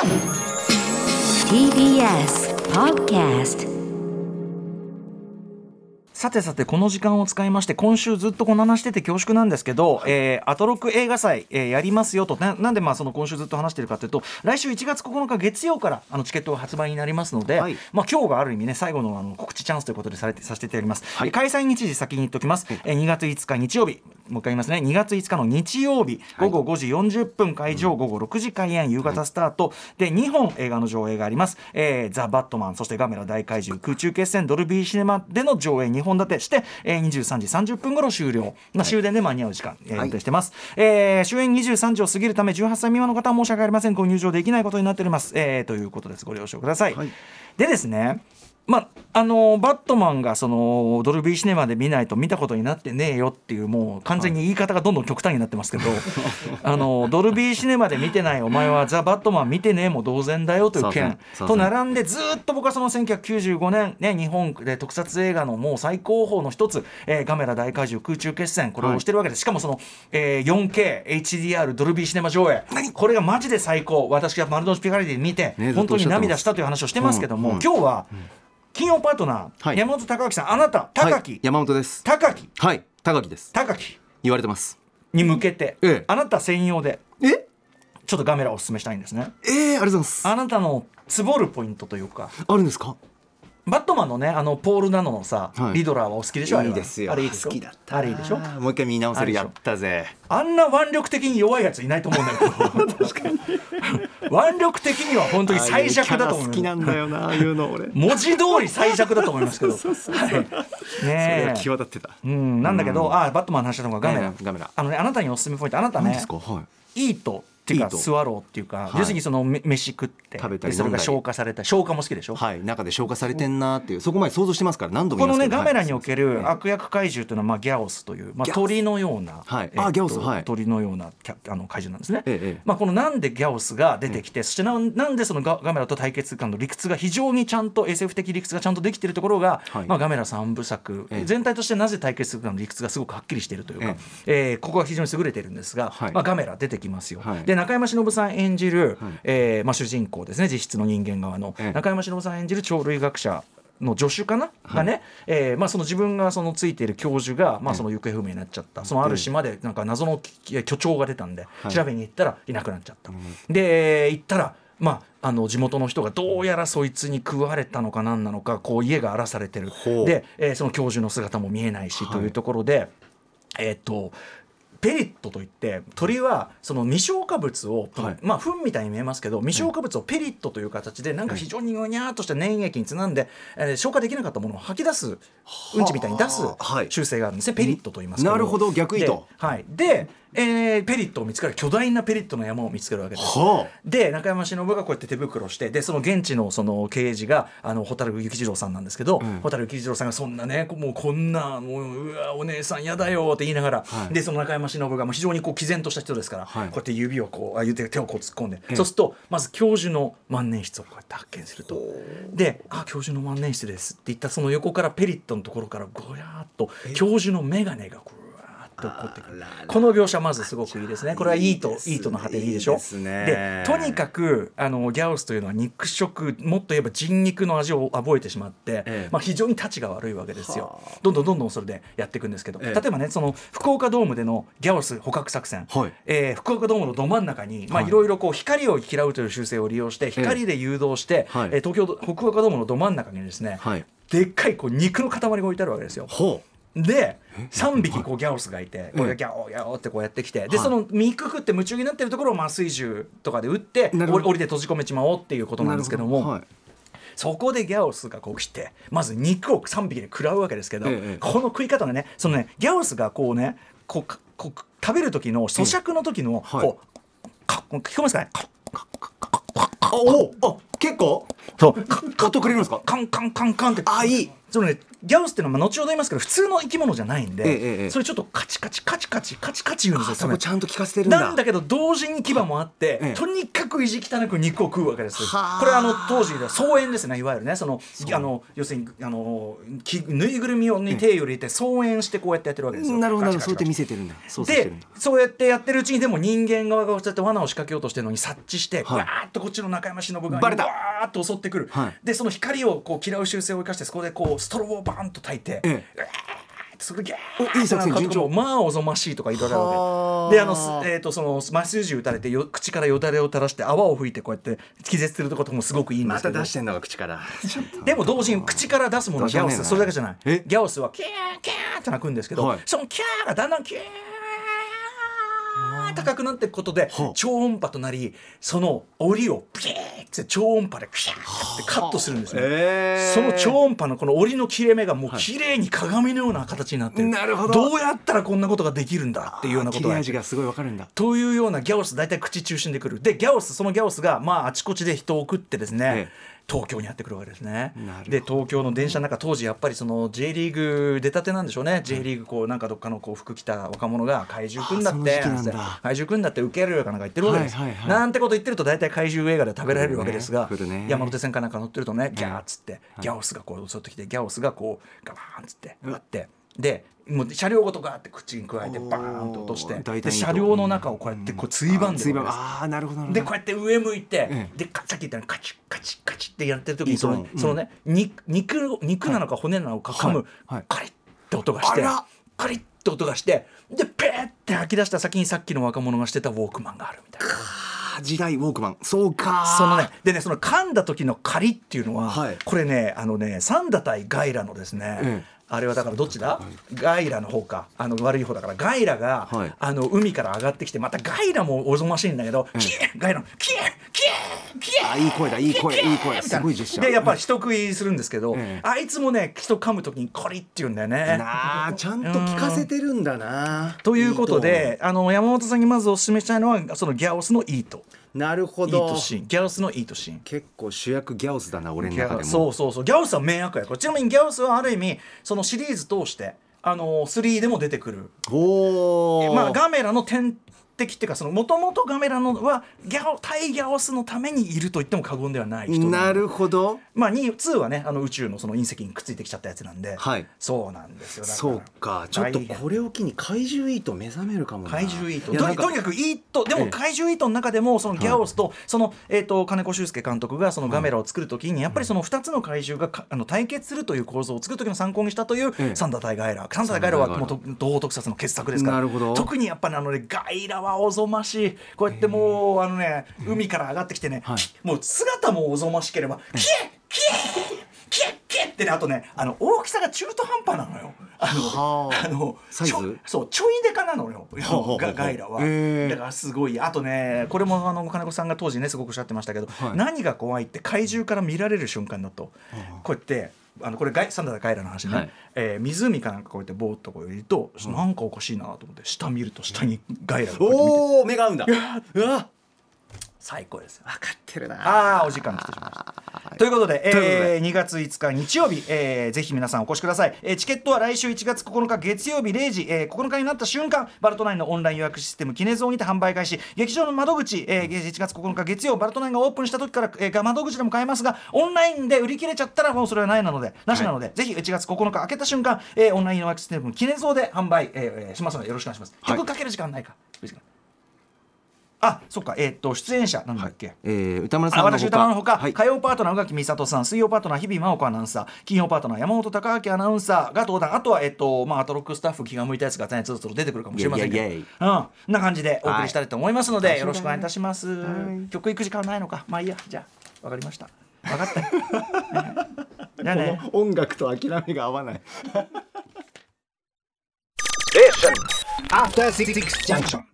TBS Podcast。 さてこの時間を使いまして今週ずっとこの話してて恐縮なんですけど、アトロック映画祭、やりますよと。なんでその今週ずっと話してるかというと、来週1月9日月曜からチケットが発売になりますので、 はい、 今日がある意味ね最後の告知チャンスということでさせていただきます、 はい、 開催日時先に言っておきます、2月5日日曜日、もう一回言いますね、2月5日の日曜日午後5時40分会場、午後6時開演、夕方スタート、で2本映画の上映があります、ザ・バットマン、そしてガメラ大怪獣空中決戦ドルビーシネマでの上映2本立てして、23時30分頃終了、終電で間に合う時間、予定してます、終演23時を過ぎるため18歳未満の方は申し訳ありません、ご入場できないことになっております、ということです。ご了承ください、でですね、バットマンがそのドルビーシネマで見ないと見たことになってねえよっていう、もう完全に言い方がどんどん極端になってますけど、ドルビーシネマで見てないお前はザ・バットマン見てねえも同然だよという件と並んで、ずっと僕はその1995年、ね、日本で特撮映画のもう最高峰の一つ、ガメラ大怪獣空中決戦、これをしてるわけです。しかもその、4K HDR ドルビーシネマ上映、これがマジで最高。私は丸の内ピカリディ見て、本当に涙したという話をしてますけども、今日は金曜パートナー、山本貴明さん、あなた高木、 山本です。 高木、 はい高木です。 高木言われてますに向けて、あなた専用でちょっとガメラをおすすめしたいんですね。 ありがとうございます。 あなたのツボるポイントというかあるんですか。 バットマンのね、ポール・ナノのさ、リドラーはお好きでしょ。あれいいですよ。 あれいいでしょ。 好きだった。 あれいいでしょ。 もう一回見直せる。やったぜ。 あんな腕力的に弱いやついないと思うんだけど確かに腕力的には本当に最弱だと思う。 好きなんだよな、ああいうの俺文字通り最弱だと思いますけどそうねえ、 際立ってた。 なんだけど、バットマンの話したのがガメラ、あなたにおすすめポイント、あなたね、イートっていうかスワローっていうか、要するにその飯食って食べたりそれが消化された、消化も好きでしょ。 はい、中で消化されてんなっていう、そこまで想像してますから。何度もこのね、ガメラにおける悪役怪獣というのは、ギャオスという、鳥のような、 ギャオス、 鳥のような怪獣なんですね。このなんでギャオスが出てきて、そしてなんでそのガメラと対決感の理屈が非常にちゃんと SF 的理屈がちゃんとできているところが、ガメラ3部作、全体としてなぜ対決感の理屈がすごくはっきりしているというか、ここが非常に優れているんですが、ガメラ出てきますよ。で、中山忍さん演じる、主人公ですね、実質の人間側の中山忍さん演じる鳥類学者の助手かな、がね、その自分がそのついている教授が、その行方不明になっちゃった、そのある島でなんか謎の巨鳥が出たんで、調べに行ったらいなくなっちゃった、で行ったら地元の人がどうやらそいつに食われたのか何なのか、こう家が荒らされてるで、その教授の姿も見えないし、というところでペリットといって、鳥はその未消化物を、糞みたいに見えますけど、未消化物をペリットという形でなんか非常にぐにゃーっとした粘液につなんで、消化できなかったものを吐き出す、うんちみたいに出す習性があるんですね。ペリットと言いますけど。 なるほど、逆意図でペリットを見つける、巨大なペリットの山を見つけるわけです。で、中山忍がこうやって手袋して、でその現地のその刑事が蛍幸次郎さんなんですけど、蛍幸次郎さんがそんなね、もうこんなもうお姉さんやだよって言いながら、でその中山忍がもう非常にこう毅然とした人ですから、こうやって指をこう手をこう突っ込んで、そうするとまず教授の万年筆をこうやって発見すると、で教授の万年筆ですって言ったその横からペリットのところからごやーっと教授の眼鏡がこの描写まずすごくいいですね。これはいいとの果てでいいでしょ。でとにかくギャオスというのは肉食、もっと言えば人肉の味を覚えてしまって、非常にたちが悪いわけですよ。どんどんそれでやっていくんですけど、例えばね、その福岡ドームでのギャオス捕獲作戦、福岡ドームのど真ん中にいろいろ光を嫌うという習性を利用して光で誘導して、福岡ドームのど真ん中にですね、でっかいこう肉の塊が置いてあるわけですよ。で3匹こうギャオスがいて、これがギャオギャオってこうやってきて、でその肉食って夢中になってるところを麻酔銃とかで撃って檻で閉じ込めちまおうっていうことなんですけども、そこでギャオスがこう来てまず肉を3匹で食らうわけですけど、この食い方がね、そのねギャオスがこうねこう食べる時の咀嚼の時のこう聞こえますかね、 結構そう音くれるんですか、 カンカンカンカンって、 いいそのねギャオスっていうのは後ほど言いますけど普通の生き物じゃないんで、それちょっとカチカチカチカチカチカチ言うんですよ。 そこちゃんと聞かせてるんだ。 なんだけど同時に牙もあって、とにかく意地汚く肉を食うわけです。これ当時では草園ですね、いわゆるね、その要するにぬいぐるみに手を入れて草園してこうやってやってるわけですよ。 なるほど、そうやって見せてるんだ。 でそうやってやってるうちにでも人間側がこうやって罠を仕掛けようとしてるのに察知して、わーっとこっちの中山忍がわーっと襲ってくる。でその光をこう嫌う習性を生かしてそこでこうストロボをバーンと焚いて、それでギャーいい作戦順調、 まあおぞましいとか言われるわけで、その麻酔銃撃たれて口からよだれを垂らして泡を吹いてこうやって気絶するところもすごくいいんですけど、 また出してんのが口からでも同時に口から出すものはギャオスそれだけじゃない。ギャオスはキャーキャーって鳴くんですけど、そのキャーがだんだんキャー高くなっていくことで超音波となり、その檻をピーって超音波でピャーってカットするんですよ。その超音波のこの檻の切れ目がもう綺麗に鏡のような形になってる。 なるほど。 どうやったらこんなことができるんだっていうようなこと切れ味がすごいわかるんだというようなギャオス、大体口中心でくる。でそのギャオスがまああちこちで人を送ってですね、東京にやってくるわけですね。で東京の電車の中、当時やっぱりその J リーグ出たてなんでしょうね。 J リーグこうなんかどっかのこう服着た若者が怪獣くんだって怪獣くんだって受けるかなんか言ってるわけです、なんてこと言ってると大体怪獣映画で食べられるわけですが、山手線かなんか乗ってるとね、ギャーっつってギャオスがこう襲ってきて、ギャオスがこうガバーンっつって割ってでもう車両ごとガーって口に加えてバーンと落として、で車両の中をこうやってこうついばんでるわけです。 なるほど。 でこうやって上向いて、でさっき言ったようにカチッカチッカチッってやってる時にそのね肉なのか骨なのか噛むカリッって音がして、カリッって音がしてでペーって吐き出した先にさっきの若者がしてたウォークマンがあるみたいな。 時代ウォークマン、そうか。 そのねでね、その噛んだ時のカリッっていうのは、これねサンダ対ガイラのですね、あれはだからどっちだ、ガイラの方か、悪い方だからガイラが、海から上がってきて、またガイラもおぞましいんだけど、キエガイラのキエキエキエ、 いい声だ、いい声すごいジェスチャーでやっぱり人食いするんですけど、あいつもね人噛む時にコリって言うんだよね。 ちゃんと聞かせてるんだな。 ということで山本さんにまずお勧めしたいのはそのギャオスのイート。 なるほど。 イートシーン、ギャオスのイートシーン。 結構主役ギャオスだな、俺の中でも。 そうギャオスは名役や。ちなみにギャオスはある意味そのシリーズ通して3でも出てくる。ガメラの天敵っていうか、もともとガメラのは対ギャオスのためにいると言っても過言ではない人。 なるほど。 2はね宇宙のその隕石にくっついてきちゃったやつなんで、そうなんですよ。だからそうか、ちょっとこれを機に怪獣イート目覚めるかもな。 怪獣イートとにかくイートでも怪獣イートの中でもそのギャオスとその金子修介監督がそのガメラを作るときにやっぱりその2つの怪獣が対決するという構造を作るときの参考にしたというサンダー対ガイラ。サンダー対ガイラはもう東方特撮の傑作ですから。特にやっぱりガイラはおぞましい。こうやってもう海から上がってきてね、もう姿もおぞましければキエキエキエキエってね、あとね大きさが中途半端なのよ。 サイズそうちょいでかなのよガイラは。だからすごい。あとねこれも金子さんが当時ねすごくおっしゃってましたけど、何が怖いって怪獣から見られる瞬間だと、こうやってこれサンダー対ガイラの話ね、湖かなんかこうやってボーっとこう入れると、なんかおかしいなと思って下見ると下にガイラがこうやって見て、 おお目が合うんだ。 うわ最高ですよ。 分かってるな。 お時間来てしまいました。ということで、2月5日日曜日、ぜひ皆さんお越しください。チケットは来週1月9日月曜日0時、9日になった瞬間バルトナインのオンライン予約システムキネゾーにて販売開始。劇場の窓口、1月9日月曜バルトナインがオープンした時から、窓口でも買えますが、オンラインで売り切れちゃったらもうそれはなしなので、ぜひ1月9日開けた瞬間、オンライン予約システムキネゾーで販売、しますのでよろしくお願いします。曲かける時間ないか。そっか、出演者なんだっけ、 歌丸さんのほか、 私歌丸のほか、火曜パートナー宇垣美里さん、水曜パートナー日々真央子アナウンサー、金曜パートナー山本貴明アナウンサーが登壇。あとはアトロックスタッフ気が向いたやつがね、ずっと出てくるかもしれませんけど、な感じでお送りしたいと思いますので、よろしくお願いいたします。曲行く時間ないのか、まあいいや。じゃあ分かりました。分かったよ。じゃあね。 音楽と諦めが合わない。 After 66 junction